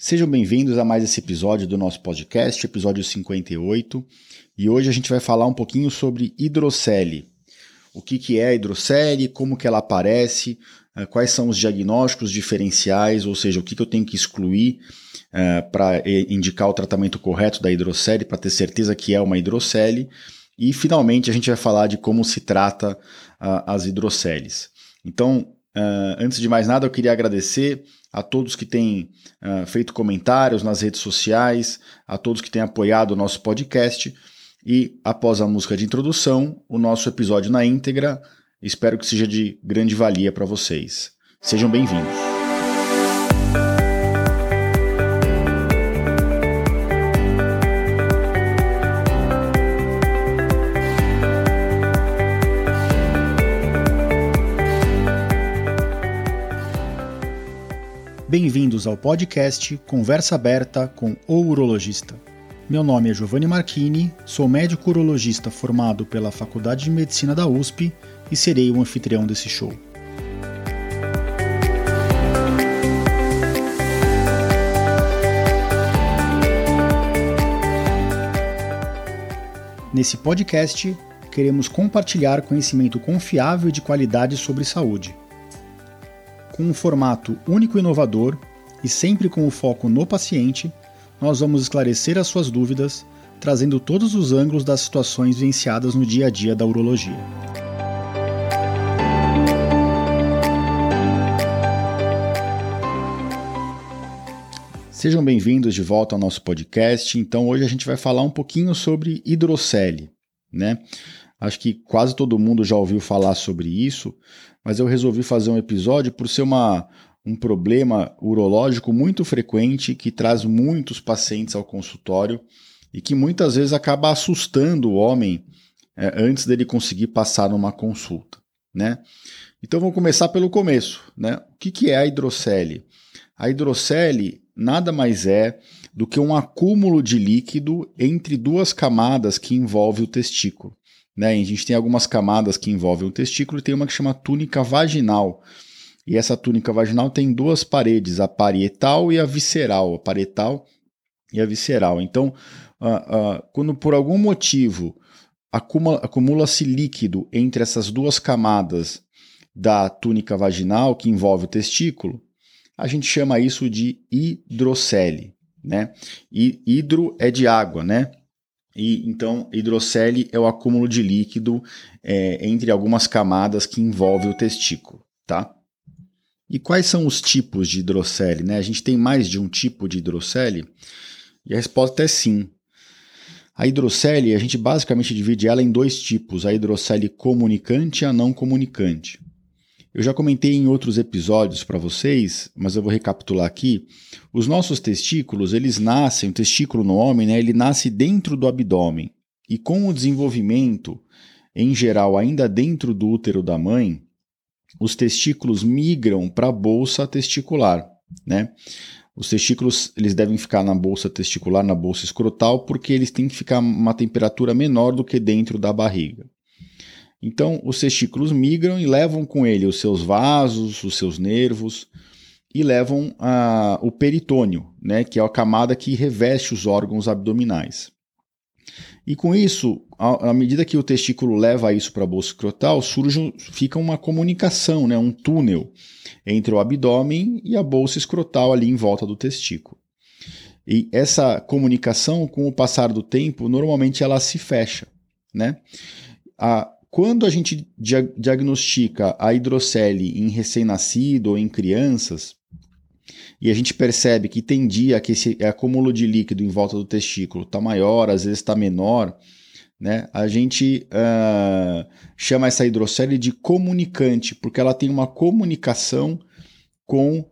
Sejam bem-vindos a mais esse episódio do nosso podcast, episódio 58, e hoje a gente vai falar um pouquinho sobre hidrocele. O que é a hidrocele, como que ela aparece, quais são os diagnósticos diferenciais, ou seja, o que eu tenho que excluir para indicar o tratamento correto da hidrocele, para ter certeza que é uma hidrocele, e finalmente a gente vai falar de como se trata as hidroceles. Então, antes de mais nada, eu queria agradecer a todos que têm feito comentários nas redes sociais, a todos que têm apoiado o nosso podcast. E após a música de introdução, o nosso episódio na íntegra, espero que seja de grande valia para vocês. Sejam bem-vindos. Bem-vindos ao podcast Conversa Aberta com o Urologista. Meu nome é Giovanni Marchini, sou médico urologista formado pela Faculdade de Medicina da USP e serei o anfitrião desse show. Nesse podcast, queremos compartilhar conhecimento confiável e de qualidade sobre saúde. Com um formato único e inovador e sempre com o foco no paciente, nós vamos esclarecer as suas dúvidas, trazendo todos os ângulos das situações vivenciadas no dia a dia da urologia. Sejam bem-vindos de volta ao nosso podcast. Então hoje a gente vai falar um pouquinho sobre hidrocele, né? Acho que quase todo mundo já ouviu falar sobre isso, mas eu resolvi fazer um episódio por ser um problema urológico muito frequente que traz muitos pacientes ao consultório e que muitas vezes acaba assustando o homem antes dele conseguir passar numa consulta, né? Então vamos começar pelo começo, né? O que é a hidrocele? A hidrocele nada mais é do que um acúmulo de líquido entre duas camadas que envolve o testículo. Né? A gente tem algumas camadas que envolvem o testículo e tem uma que chama túnica vaginal. E essa túnica vaginal tem duas paredes, a parietal e a visceral. A parietal e a visceral. Então, quando por algum motivo acumula-se líquido entre essas duas camadas da túnica vaginal que envolve o testículo, a gente chama isso de hidrocele. Né? E hidro é de água, né? E então hidrocele é o acúmulo de líquido entre algumas camadas que envolve o testículo, tá? E quais são os tipos de hidrocele, né? A gente tem mais de um tipo de hidrocele? E a resposta é sim. A hidrocele, a gente basicamente divide ela em dois tipos, a hidrocele comunicante e a não comunicante. Eu já comentei em outros episódios para vocês, mas eu vou recapitular aqui. Os nossos testículos, eles nascem, o testículo no homem, né, ele nasce dentro do abdômen. E com o desenvolvimento, em geral, ainda dentro do útero da mãe, os testículos migram para a bolsa testicular, né? Os testículos, eles devem ficar na bolsa testicular, na bolsa escrotal, porque eles têm que ficar uma temperatura menor do que dentro da barriga. Então, os testículos migram e levam com ele os seus vasos, os seus nervos e levam o peritônio, né, que é a camada que reveste os órgãos abdominais. E com isso, à medida que o testículo leva isso para a bolsa escrotal, fica uma comunicação, né, um túnel entre o abdômen e a bolsa escrotal ali em volta do testículo. E essa comunicação, com o passar do tempo, normalmente ela se fecha, né? Quando a gente diagnostica a hidrocele em recém-nascido ou em crianças, e a gente percebe que tem dia que esse acúmulo de líquido em volta do testículo está maior, às vezes está menor, né? A gente chama essa hidrocele de comunicante, porque ela tem uma comunicação com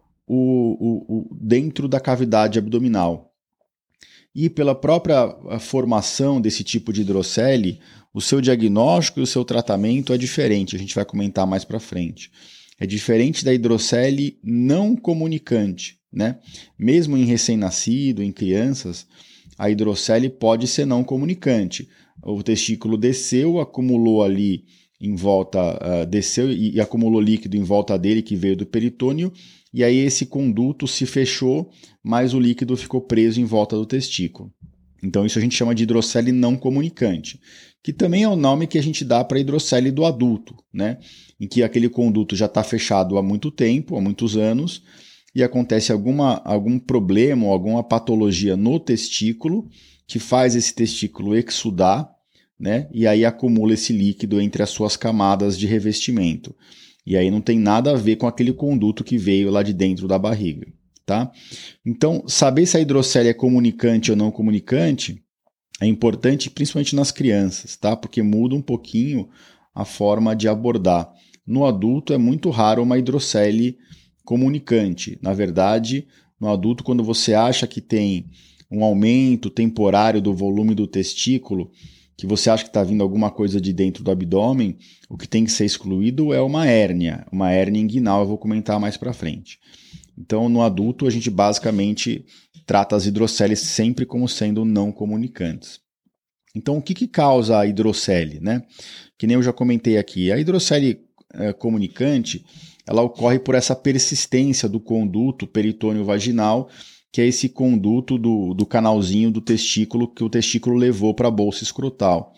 dentro da cavidade abdominal. E pela própria formação desse tipo de hidrocele, o seu diagnóstico e o seu tratamento é diferente, a gente vai comentar mais para frente. É diferente da hidrocele não comunicante, né? Mesmo em recém-nascido, em crianças, a hidrocele pode ser não comunicante. O testículo desceu, acumulou ali em volta, desceu e acumulou líquido em volta dele que veio do peritônio, e aí esse conduto se fechou, mas o líquido ficou preso em volta do testículo. Então isso a gente chama de hidrocele não comunicante, que também é o nome que a gente dá para a hidrocele do adulto, né? Em que aquele conduto já está fechado há muito tempo, há muitos anos, e acontece algum problema ou alguma patologia no testículo que faz esse testículo exudar, né? E aí acumula esse líquido entre as suas camadas de revestimento. E aí não tem nada a ver com aquele conduto que veio lá de dentro da barriga. Tá? Então, saber se a hidrocele é comunicante ou não comunicante é importante, principalmente nas crianças, tá? Porque muda um pouquinho a forma de abordar. No adulto é muito raro uma hidrocele comunicante. Na verdade, no adulto, quando você acha que tem um aumento temporário do volume do testículo, que você acha que está vindo alguma coisa de dentro do abdômen, o que tem que ser excluído é uma hérnia inguinal, eu vou comentar mais para frente. Então, no adulto, a gente basicamente trata as hidroceles sempre como sendo não comunicantes. Então, o que causa a hidrocele, né? Que nem eu já comentei aqui. A hidrocele comunicante, ela ocorre por essa persistência do conduto peritônio vaginal, que é esse conduto do canalzinho do testículo que o testículo levou para a bolsa escrotal.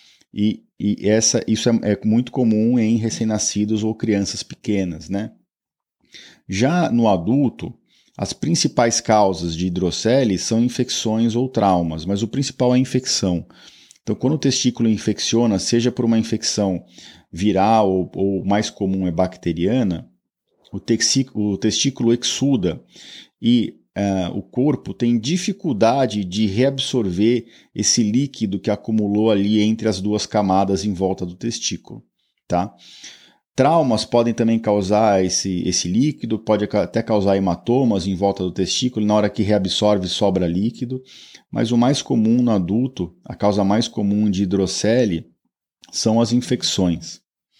Isso é muito comum em recém-nascidos ou crianças pequenas, né? Já no adulto, as principais causas de hidrocele são infecções ou traumas, mas o principal é a infecção. Então, quando o testículo infecciona, seja por uma infecção viral ou mais comum é bacteriana, o testículo exuda e o corpo tem dificuldade de reabsorver esse líquido que acumulou ali entre as duas camadas em volta do testículo, tá? Traumas podem também causar esse líquido, pode até causar hematomas em volta do testículo, na hora que reabsorve sobra líquido, mas o mais comum no adulto, a causa mais comum de hidrocele, são as infecções.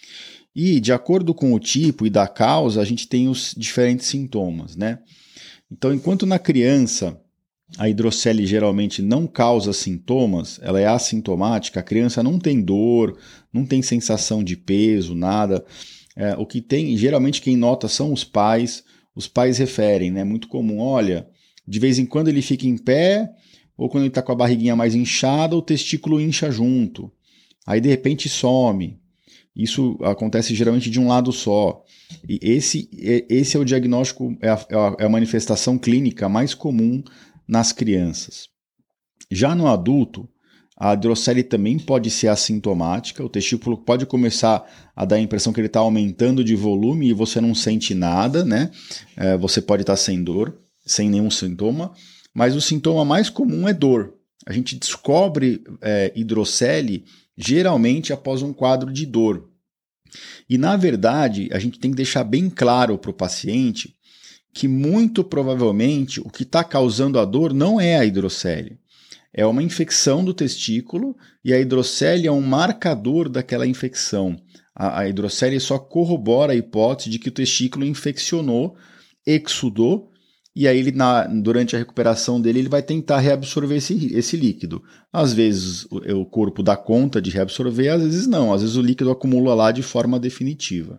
E, de acordo com o tipo e da causa, a gente tem os diferentes sintomas, né? Então, enquanto na criança a hidrocele geralmente não causa sintomas, ela é assintomática, a criança não tem dor, não tem sensação de peso, nada. O que tem, geralmente quem nota são os pais referem, né? Muito comum, olha, de vez em quando ele fica em pé, ou quando ele está com a barriguinha mais inchada, o testículo incha junto. Aí de repente some. Isso acontece geralmente de um lado só. E esse é o diagnóstico, é a manifestação clínica mais comum nas crianças. Já no adulto, a hidrocele também pode ser assintomática, o testículo pode começar a dar a impressão que ele está aumentando de volume e você não sente nada, né? Você pode estar sem dor, sem nenhum sintoma, mas o sintoma mais comum é dor. A gente descobre hidrocele geralmente após um quadro de dor. E, na verdade, a gente tem que deixar bem claro para o paciente que muito provavelmente o que está causando a dor não é a hidrocele. É uma infecção do testículo e a hidrocele é um marcador daquela infecção. A hidrocele só corrobora a hipótese de que o testículo infeccionou, exudou, e aí ele, durante a recuperação dele, ele vai tentar reabsorver esse líquido. Às vezes o corpo dá conta de reabsorver, às vezes não. Às vezes o líquido acumula lá de forma definitiva.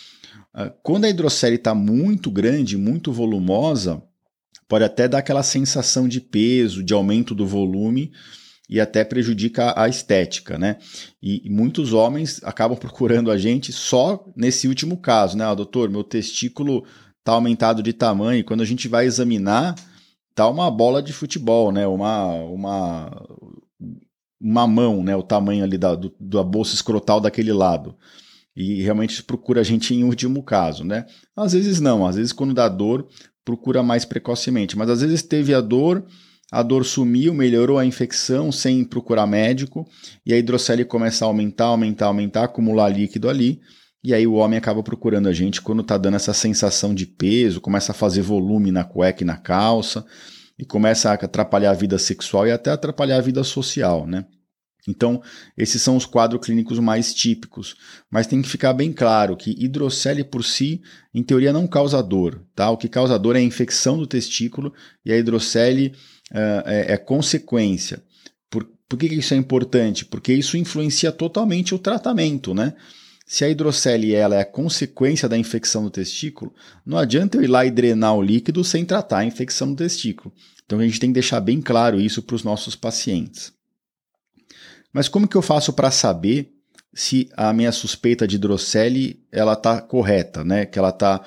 Quando a hidrocele está muito grande, muito volumosa, pode até dar aquela sensação de peso, de aumento do volume e até prejudica a estética, né? E muitos homens acabam procurando a gente só nesse último caso, né? Doutor, meu testículo está aumentado de tamanho. Quando a gente vai examinar, tá uma bola de futebol, né? Uma mão, né? O tamanho ali da bolsa escrotal daquele lado. E realmente procura a gente em último caso, né? Às vezes não, às vezes quando dá dor, procura mais precocemente. Mas às vezes teve a dor sumiu, melhorou a infecção sem procurar médico, e a hidrocele começa a aumentar, acumular líquido ali, e aí o homem acaba procurando a gente quando está dando essa sensação de peso, começa a fazer volume na cueca e na calça, e começa a atrapalhar a vida sexual e até atrapalhar a vida social, né? Então, esses são os quadros clínicos mais típicos, mas tem que ficar bem claro que hidrocele por si, em teoria, não causa dor, tá? O que causa dor é a infecção do testículo e a hidrocele é consequência. Por que isso é importante? Porque isso influencia totalmente o tratamento, né? Se a hidrocele ela é a consequência da infecção do testículo, não adianta eu ir lá e drenar o líquido sem tratar a infecção do testículo. Então a gente tem que deixar bem claro isso para os nossos pacientes. Mas como que eu faço para saber se a minha suspeita de hidrocele está correta, né? Que ela está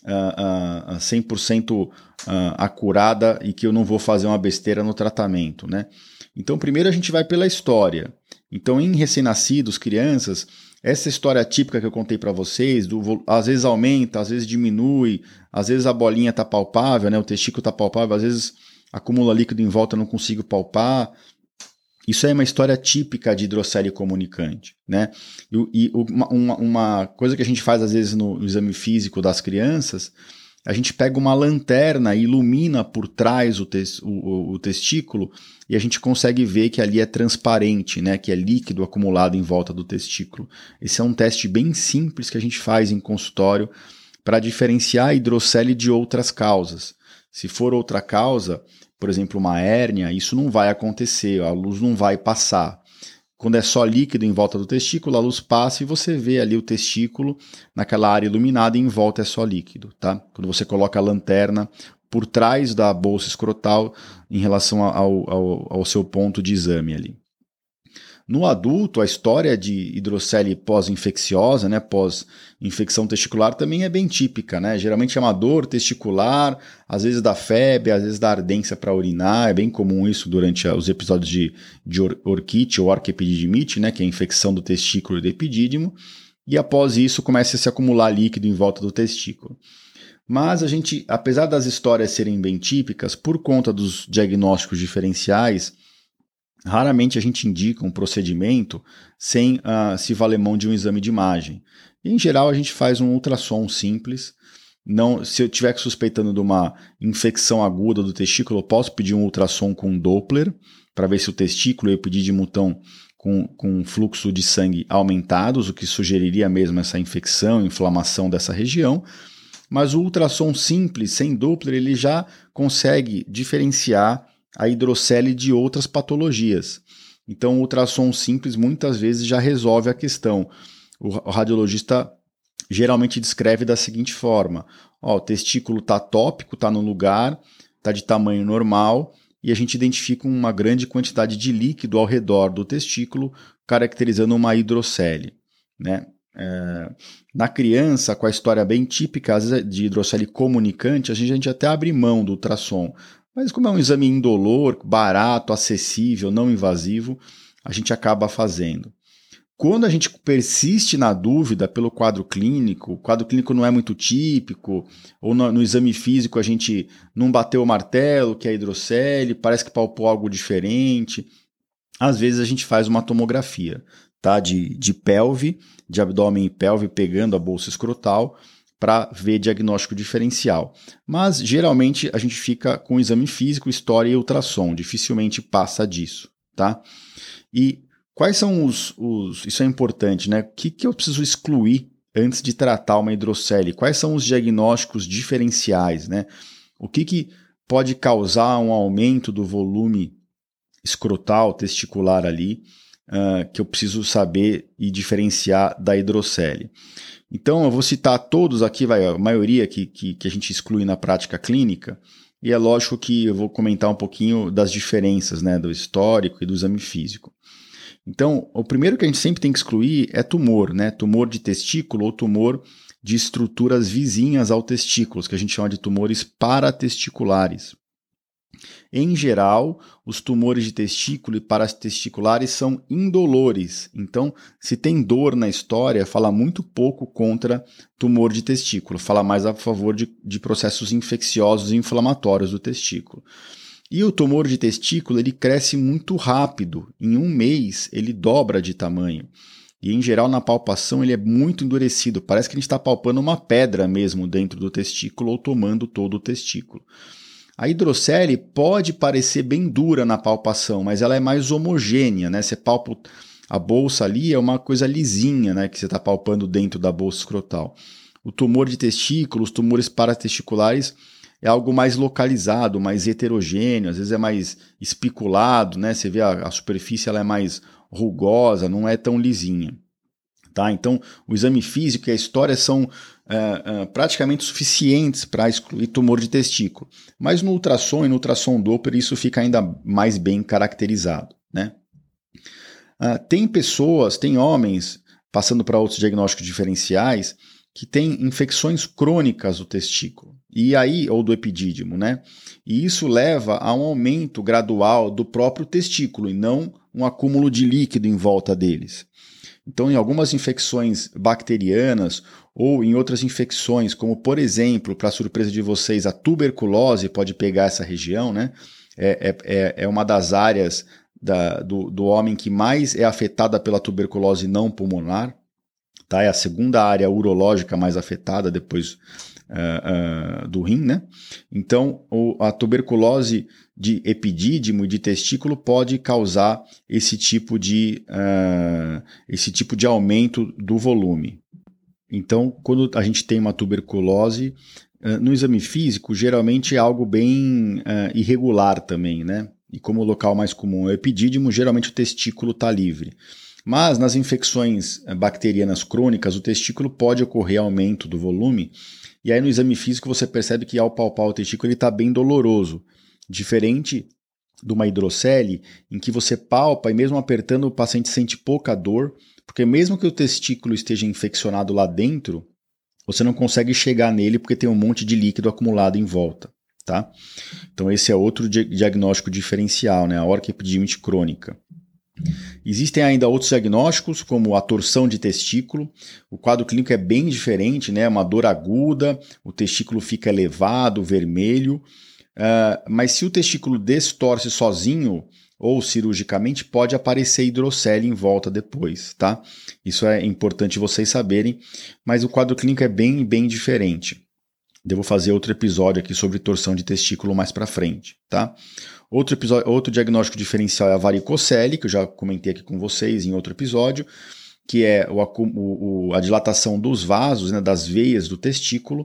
100% acurada e que eu não vou fazer uma besteira no tratamento, né? Então, primeiro a gente vai pela história. Então, em recém-nascidos, crianças, essa história típica que eu contei para vocês, às vezes aumenta, às vezes diminui, às vezes a bolinha está palpável, né? O testículo está palpável, às vezes acumula líquido em volta, eu não consigo palpar. Isso é uma história típica de hidrocele comunicante, né? E uma coisa que a gente faz às vezes no exame físico das crianças, a gente pega uma lanterna e ilumina por trás o testículo e a gente consegue ver que ali é transparente, né? Que é líquido acumulado em volta do testículo. Esse é um teste bem simples que a gente faz em consultório para diferenciar a hidrocele de outras causas. Se for outra causa, por exemplo, uma hérnia, isso não vai acontecer, a luz não vai passar. Quando é só líquido em volta do testículo, a luz passa e você vê ali o testículo naquela área iluminada e em volta é só líquido, tá? Quando você coloca a lanterna por trás da bolsa escrotal em relação ao seu ponto de exame ali. No adulto, a história de hidrocele pós-infecciosa, né, pós-infecção testicular, também é bem típica, né? Geralmente é uma dor testicular, às vezes dá febre, às vezes dá ardência para urinar, é bem comum isso durante os episódios de orquite ou arquepididimite, né, que é a infecção do testículo e do epidídimo, e após isso começa a se acumular líquido em volta do testículo. Mas a gente, apesar das histórias serem bem típicas, por conta dos diagnósticos diferenciais, raramente a gente indica um procedimento sem se valer mão de um exame de imagem. Em geral, a gente faz um ultrassom simples. Não, se eu estiver suspeitando de uma infecção aguda do testículo, eu posso pedir um ultrassom com Doppler para ver se o testículo e o epidídimo estão com fluxo de sangue aumentados, o que sugeriria mesmo essa infecção, inflamação dessa região. Mas o ultrassom simples, sem Doppler, ele já consegue diferenciar a hidrocele de outras patologias. Então, o ultrassom simples muitas vezes já resolve a questão. O radiologista geralmente descreve da seguinte forma: o testículo está tópico, está no lugar, está de tamanho normal, e a gente identifica uma grande quantidade de líquido ao redor do testículo, caracterizando uma hidrocele, né? Na criança, com a história bem típica às vezes, de hidrocele comunicante, a gente até abre mão do ultrassom. Mas como é um exame indolor, barato, acessível, não invasivo, a gente acaba fazendo. Quando a gente persiste na dúvida pelo quadro clínico, o quadro clínico não é muito típico, ou no exame físico a gente não bateu o martelo, que é a hidrocele, parece que palpou algo diferente, às vezes a gente faz uma tomografia, tá? de pelve, de abdômen e pelve, pegando a bolsa escrotal, para ver diagnóstico diferencial. Mas, geralmente, a gente fica com o exame físico, história e ultrassom. Dificilmente passa disso, tá? E quais são isso é importante, né? O que eu preciso excluir antes de tratar uma hidrocele? Quais são os diagnósticos diferenciais, né? O que pode causar um aumento do volume escrotal, testicular ali, que eu preciso saber e diferenciar da hidrocele? Então, eu vou citar todos aqui, a maioria que a gente exclui na prática clínica, e é lógico que eu vou comentar um pouquinho das diferenças, né, do histórico e do exame físico. Então, o primeiro que a gente sempre tem que excluir é tumor, né, tumor de testículo ou tumor de estruturas vizinhas ao testículo, que a gente chama de tumores paratesticulares. Em geral, os tumores de testículo e paratesticulares são indolores. Então, se tem dor na história, fala muito pouco contra tumor de testículo. Fala mais a favor de processos infecciosos e inflamatórios do testículo. E o tumor de testículo ele cresce muito rápido. Em um mês, ele dobra de tamanho. E, em geral, na palpação, ele é muito endurecido. Parece que a gente está palpando uma pedra mesmo dentro do testículo ou tomando todo o testículo. A hidrocele pode parecer bem dura na palpação, mas ela é mais homogênea, né? Você palpa a bolsa ali, é uma coisa lisinha, né? Que você está palpando dentro da bolsa escrotal. O tumor de testículo, os tumores paratesticulares, é algo mais localizado, mais heterogêneo, às vezes é mais espiculado, né? Você vê a superfície ela é mais rugosa, não é tão lisinha. Tá? Então, o exame físico e a história são praticamente suficientes para excluir tumor de testículo. Mas no ultrassom e no ultrassom Doppler isso fica ainda mais bem caracterizado, né? Tem pessoas, tem homens, passando para outros diagnósticos diferenciais, que têm infecções crônicas do testículo, e aí, ou do epidídimo, né? E isso leva a um aumento gradual do próprio testículo e não um acúmulo de líquido em volta deles. Então, em algumas infecções bacterianas ou em outras infecções, como por exemplo, para surpresa de vocês, a tuberculose pode pegar essa região, né? É uma das áreas do homem que mais é afetada pela tuberculose não pulmonar. Tá? É a segunda área urológica mais afetada depois do rim, né? Então, a tuberculose de epidídimo e de testículo pode causar esse tipo de aumento do volume. Então, quando a gente tem uma tuberculose, no exame físico, geralmente é algo bem irregular também, né? E como o local mais comum é o epidídimo, geralmente o testículo está livre. Mas nas infecções bacterianas crônicas, o testículo pode ocorrer aumento do volume, e aí no exame físico você percebe que ao palpar o testículo ele está bem doloroso, diferente de uma hidrocele em que você palpa e mesmo apertando o paciente sente pouca dor, porque mesmo que o testículo esteja infeccionado lá dentro, você não consegue chegar nele porque tem um monte de líquido acumulado em volta. Tá? Então esse é outro diagnóstico diferencial, né? A orquiepididimite crônica. Existem ainda outros diagnósticos, como a torção de testículo. O quadro clínico é bem diferente, né? Uma dor aguda, o testículo fica elevado, vermelho. Mas se o testículo destorce sozinho ou cirurgicamente, pode aparecer hidrocele em volta depois, tá? Isso é importante vocês saberem, mas o quadro clínico é bem, bem diferente. Devo fazer outro episódio aqui sobre torção de testículo mais para frente, tá? Outro diagnóstico diferencial é a varicocele, que eu já comentei aqui com vocês em outro episódio, que é a dilatação dos vasos, né, das veias do testículo.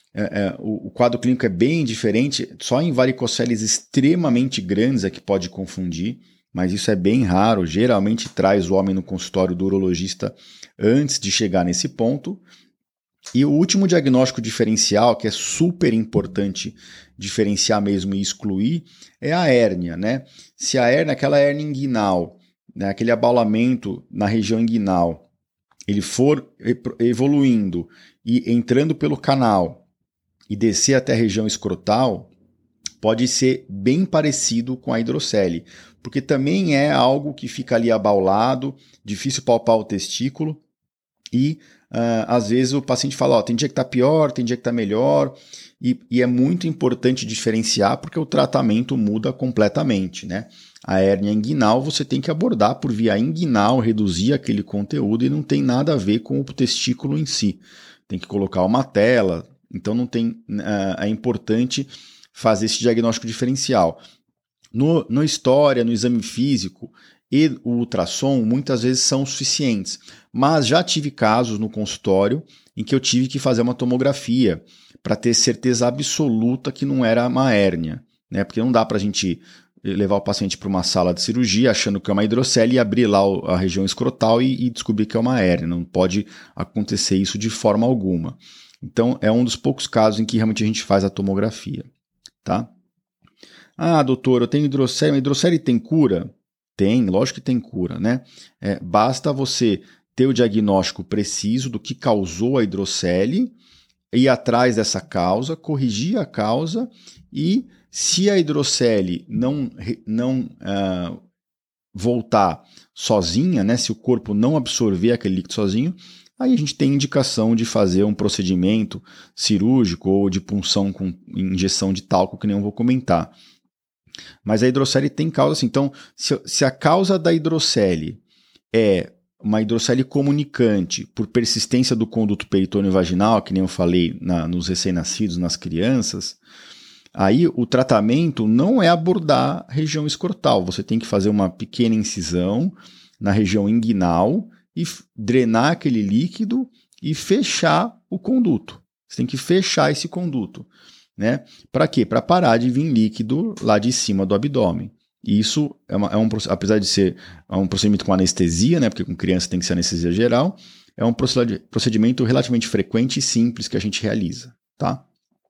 O quadro clínico é bem diferente, só em varicoceles extremamente grandes é que pode confundir, mas isso é bem raro, geralmente traz o homem no consultório do urologista antes de chegar nesse ponto. E o último diagnóstico diferencial, que é super importante diferenciar mesmo e excluir, é a hérnia, né? Se a hérnia, aquela hérnia inguinal, né, aquele abaulamento na região inguinal, ele for evoluindo e entrando pelo canal e descer até a região escrotal, pode ser bem parecido com a hidrocele, porque também é algo que fica ali abaulado, difícil palpar o testículo e às vezes o paciente fala, tem dia que está pior, tem dia que está melhor, e é muito importante diferenciar porque o tratamento muda completamente, né? A hérnia inguinal você tem que abordar por via inguinal, reduzir aquele conteúdo e não tem nada a ver com o testículo em si. Tem que colocar uma tela, então não tem, é importante fazer esse diagnóstico diferencial. No história, no exame físico e o ultrassom muitas vezes são suficientes, mas já tive casos no consultório em que eu tive que fazer uma tomografia para ter certeza absoluta que não era uma hérnia, né? Porque não dá para a gente levar o paciente para uma sala de cirurgia achando que é uma hidrocele e abrir lá a região escrotal e descobrir que é uma hérnia. Não pode acontecer isso de forma alguma. Então é um dos poucos casos em que realmente a gente faz a tomografia, tá? Doutor, eu tenho hidrocele, mas hidrocele tem cura? Tem, lógico que tem cura, né? Basta você ter o diagnóstico preciso do que causou a hidrocele, ir atrás dessa causa, corrigir a causa e se a hidrocele não voltar sozinha, né, se o corpo não absorver aquele líquido sozinho, aí a gente tem indicação de fazer um procedimento cirúrgico ou de punção com injeção de talco, que nem eu vou comentar. Mas a hidrocele tem causa assim. Então, se a causa da hidrocele é uma hidrocele comunicante por persistência do conduto peritônio vaginal, que nem eu falei nos recém-nascidos, nas crianças, aí o tratamento não é abordar a região escrotal. Você tem que fazer uma pequena incisão na região inguinal e drenar aquele líquido e fechar o conduto. Você tem que fechar esse conduto. Né? Para quê? Para parar de vir líquido lá de cima do abdômen. E isso apesar de ser um procedimento com anestesia, né? Porque com criança tem que ser anestesia geral, é um procedimento relativamente frequente e simples que a gente realiza, tá?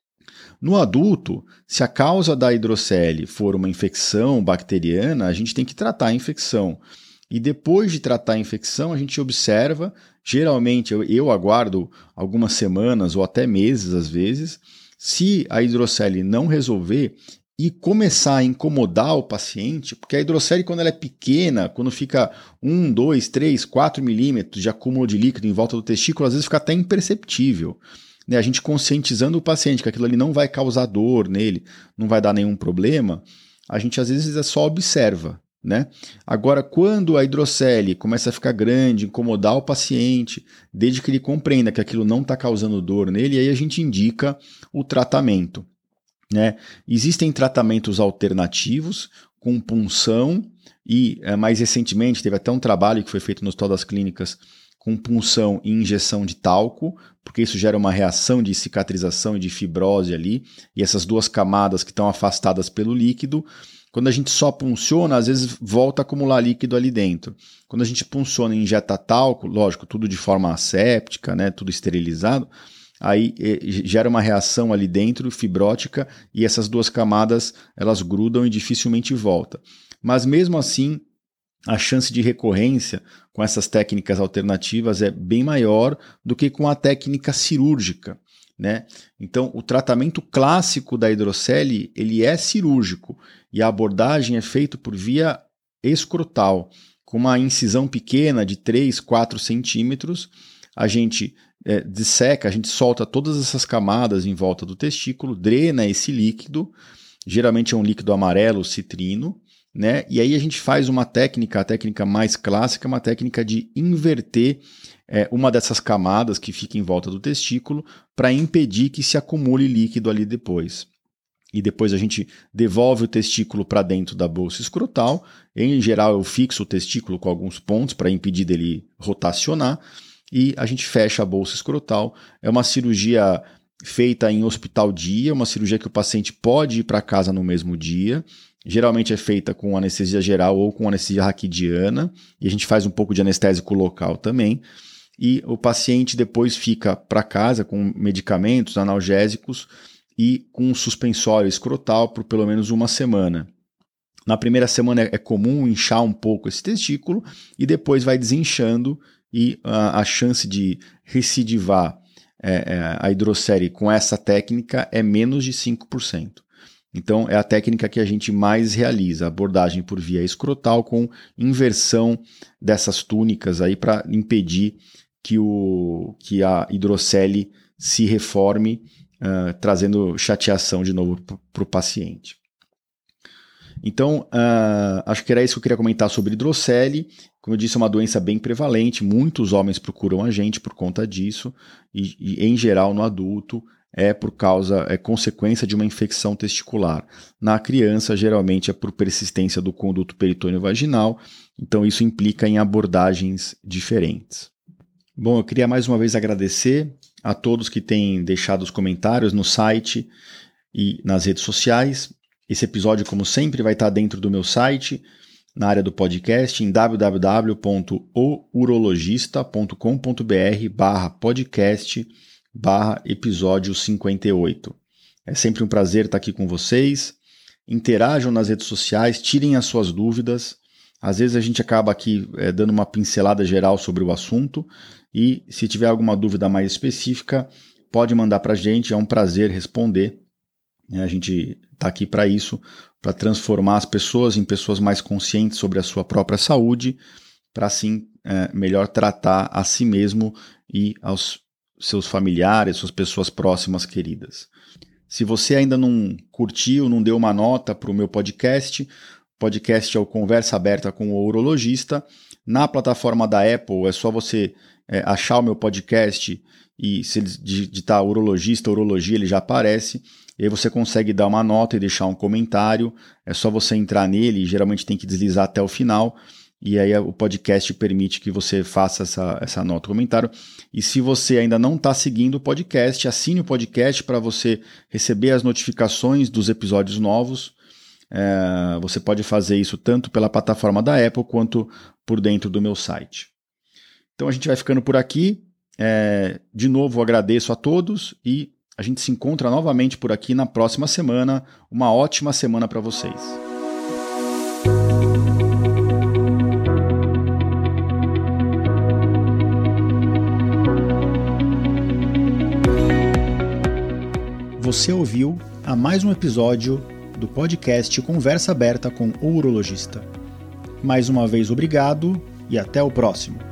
No adulto, se a causa da hidrocele for uma infecção bacteriana, a gente tem que tratar a infecção. E depois de tratar a infecção, a gente observa, geralmente eu aguardo algumas semanas ou até meses às vezes, se a hidrocele não resolver e começar a incomodar o paciente, porque a hidrocele, quando ela é pequena, quando fica 1, 2, 3, 4 milímetros de acúmulo de líquido em volta do testículo, às vezes fica até imperceptível. A gente conscientizando o paciente que aquilo ali não vai causar dor nele, não vai dar nenhum problema, a gente às vezes só observa, né? Agora, quando a hidrocele começa a ficar grande, incomodar o paciente, desde que ele compreenda que aquilo não está causando dor nele, aí a gente indica o tratamento, né? Existem tratamentos alternativos com punção e, mais recentemente, teve até um trabalho que foi feito no Hospital das Clínicas com punção e injeção de talco, porque isso gera uma reação de cicatrização e de fibrose ali, e essas duas camadas que estão afastadas pelo líquido, quando a gente só punciona, às vezes volta a acumular líquido ali dentro. Quando a gente punciona e injeta talco, lógico, tudo de forma asséptica, né, tudo esterilizado, aí gera uma reação ali dentro, fibrótica, e essas duas camadas, elas grudam e dificilmente volta. Mas mesmo assim, a chance de recorrência com essas técnicas alternativas é bem maior do que com a técnica cirúrgica, né? Então, o tratamento clássico da hidrocele, ele é cirúrgico e a abordagem é feita por via escrotal, com uma incisão pequena de 3, 4 centímetros, a gente disseca, a gente solta todas essas camadas em volta do testículo, drena esse líquido, geralmente é um líquido amarelo citrino, né? E aí a gente faz uma técnica, a técnica mais clássica, uma técnica de inverter uma dessas camadas que fica em volta do testículo para impedir que se acumule líquido ali depois. E depois a gente devolve o testículo para dentro da bolsa escrotal. Em geral eu fixo o testículo com alguns pontos para impedir dele rotacionar e a gente fecha a bolsa escrotal. É uma cirurgia feita em hospital dia, uma cirurgia que o paciente pode ir para casa no mesmo dia. Geralmente é feita com anestesia geral ou com anestesia raquidiana, e a gente faz um pouco de anestésico local também, e o paciente depois fica para casa com medicamentos analgésicos e com um suspensório escrotal por pelo menos uma semana. Na primeira semana é comum inchar um pouco esse testículo e depois vai desinchando e a chance de recidivar a hidrocele com essa técnica é menos de 5%. Então, é a técnica que a gente mais realiza, abordagem por via escrotal com inversão dessas túnicas aí para impedir que a hidrocele se reforme, trazendo chateação de novo para o paciente. Então, acho que era isso que eu queria comentar sobre hidrocele. Como eu disse, é uma doença bem prevalente, muitos homens procuram a gente por conta disso, e em geral no adulto, é consequência de uma infecção testicular. Na criança, geralmente é por persistência do conduto peritônio vaginal, então isso implica em abordagens diferentes. Bom, eu queria mais uma vez agradecer a todos que têm deixado os comentários no site e nas redes sociais. Esse episódio, como sempre, vai estar dentro do meu site, na área do podcast, em www.ourologista.com.br/podcast/episódio 58. É sempre um prazer estar aqui com vocês. Interajam nas redes sociais, tirem as suas dúvidas. Às vezes a gente acaba aqui dando uma pincelada geral sobre o assunto e se tiver alguma dúvida mais específica, pode mandar para a gente, é um prazer responder. A gente está aqui para isso, para transformar as pessoas em pessoas mais conscientes sobre a sua própria saúde, para assim melhor tratar a si mesmo e aos seus familiares, suas pessoas próximas queridas. Se você ainda não curtiu, não deu uma nota para o meu podcast, o podcast é o Conversa Aberta com o Urologista. Na plataforma da Apple é só você achar o meu podcast e se ele digitar urologista, urologia, ele já aparece. E aí você consegue dar uma nota e deixar um comentário. É só você entrar nele, geralmente tem que deslizar até o final. E aí o podcast permite que você faça essa nota, comentário. E se você ainda não está seguindo o podcast, assine o podcast para você receber as notificações dos episódios novos. Você pode fazer isso tanto pela plataforma da Apple quanto por dentro do meu site. Então a gente vai ficando por aqui. De novo, agradeço a todos e a gente se encontra novamente por aqui na próxima semana. Uma ótima semana para vocês. Você ouviu a mais um episódio do podcast Conversa Aberta com o Urologista. Mais uma vez, obrigado e até o próximo.